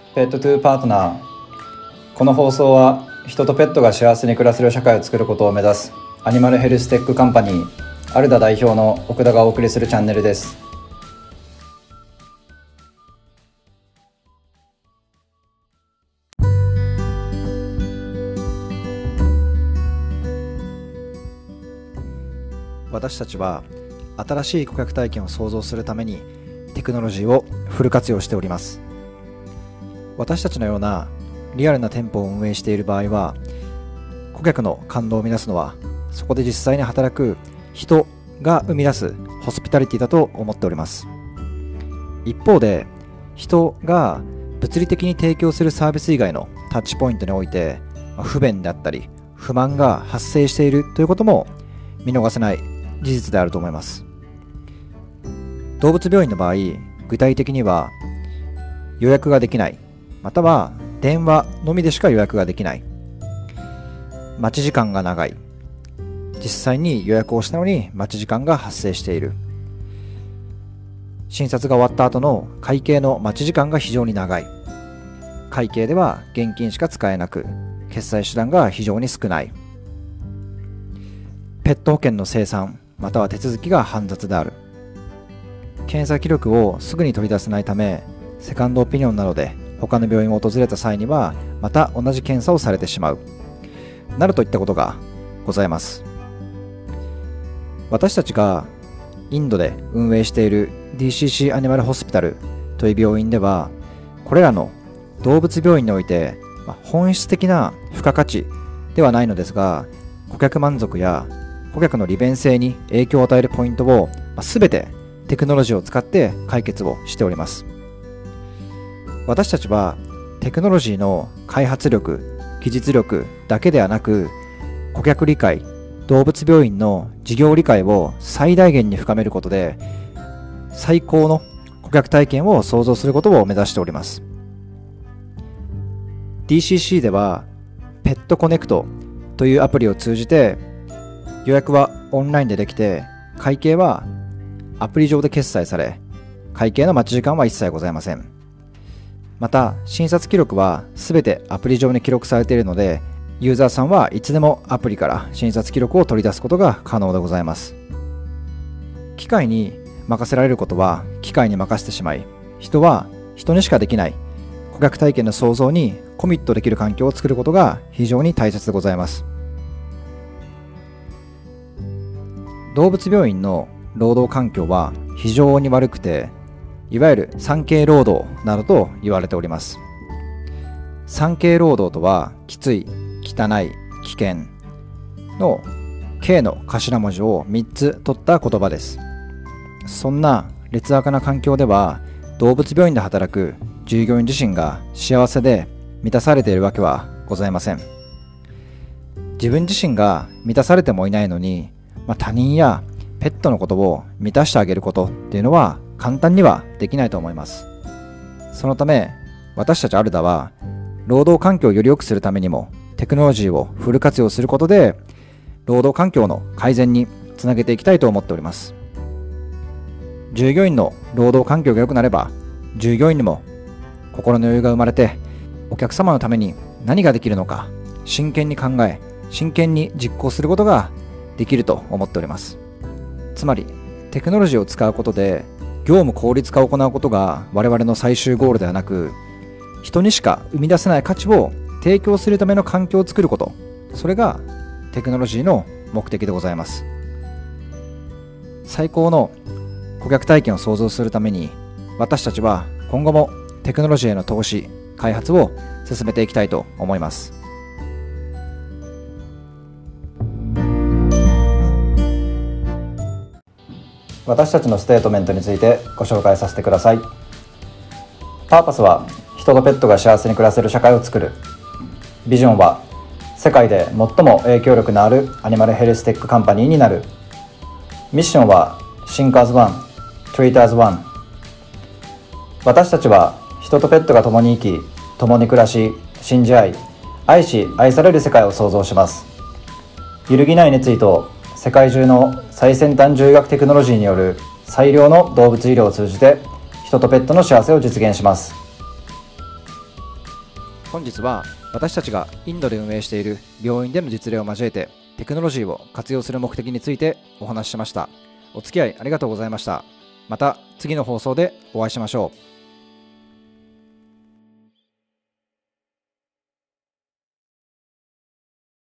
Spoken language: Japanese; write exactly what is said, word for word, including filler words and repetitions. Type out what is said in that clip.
ペットトゥーパートナー。この放送は人とペットが幸せに暮らせる社会を作ることを目指すアニマルヘルステックカンパニーアルダ代表の奥田がお送りするチャンネルです。 私たちは新しい顧客体験を創造するためにテクノロジーをフル活用しております。私たちのようなリアルな店舗を運営している場合は、顧客の感動を生み出すのはそこで実際に働く人が生み出すホスピタリティだと思っております。一方で、人が物理的に提供するサービス以外のタッチポイントにおいて不便であったり不満が発生しているということも見逃せない事実であると思います。動物病院の場合、具体的には予約ができない、または電話のみでしか予約ができない、待ち時間が長い、実際に予約をしたのに待ち時間が発生している、診察が終わった後の会計の待ち時間が非常に長い、会計では現金しか使えなく決済手段が非常に少ない、ペット保険の精算または手続きが煩雑である、検査記録をすぐに取り出せないためセカンドオピニオンなどで他の病院を訪れた際にはまた同じ検査をされてしまうなどといったことがございます。私たちがインドで運営している ディーシーシー アニマルホスピタルという病院では、これらの動物病院において本質的な付加価値ではないのですが、顧客満足や顧客の利便性に影響を与えるポイントを全てテクノロジーを使って解決をしております。私たちはテクノロジーの開発力、技術力だけではなく、顧客理解、動物病院の事業理解を最大限に深めることで、最高の顧客体験を創造することを目指しております。ディーシーシー では、ペットコネクトというアプリを通じて、予約はオンラインでできて、会計はアプリ上で決済され、会計の待ち時間は一切ございません。また、診察記録はすべてアプリ上に記録されているので、ユーザーさんはいつでもアプリから診察記録を取り出すことが可能でございます。機械に任せられることは機械に任せてしまい、人は人にしかできない顧客体験の創造にコミットできる環境を作ることが非常に大切でございます。動物病院の労働環境は非常に悪くて、いわゆる産経労働などと言われております。産経労働とは、きつい、汚い、危険の K の頭文字をみっつ取った言葉です。そんな劣悪な環境では、動物病院で働く従業員自身が幸せで満たされているわけはございません。自分自身が満たされてもいないのに、まあ、他人やペットのことを満たしてあげることっていうのは簡単にはできないと思います。そのため、私たちアルダは労働環境をより良くするためにもテクノロジーをフル活用することで労働環境の改善につなげていきたいと思っております。従業員の労働環境が良くなれば、従業員にも心の余裕が生まれて、お客様のために何ができるのか真剣に考え、真剣に実行することができると思っております。つまり、テクノロジーを使うことで業務効率化を行うことが我々の最終ゴールではなく、人にしか生み出せない価値を提供するための環境を作ること、それがテクノロジーの目的でございます。最高の顧客体験を創造するために、私たちは今後もテクノロジーへの投資、開発を進めていきたいと思います。 私たちのステートメントについてご紹介させてください。パーパスは人とペットが幸せに暮らせる社会を作る。ビジョンは世界で最も影響力のあるアニマルヘルステックカンパニーになる。ミッションは Think as one, Treat as one。 私たちは人とペットが共に生き、共に暮らし、信じ合い、愛し愛される世界を創造します。揺るぎない熱意と世界中の最先端獣医学テクノロジーによる最良の動物医療を通じて人とペットの幸せを実現します。 本日は私たちがインドで運営している病院での実例を交えてテクノロジーを活用する目的についてお話ししました。お付き合いありがとうございました。また次の放送でお会いしましょう。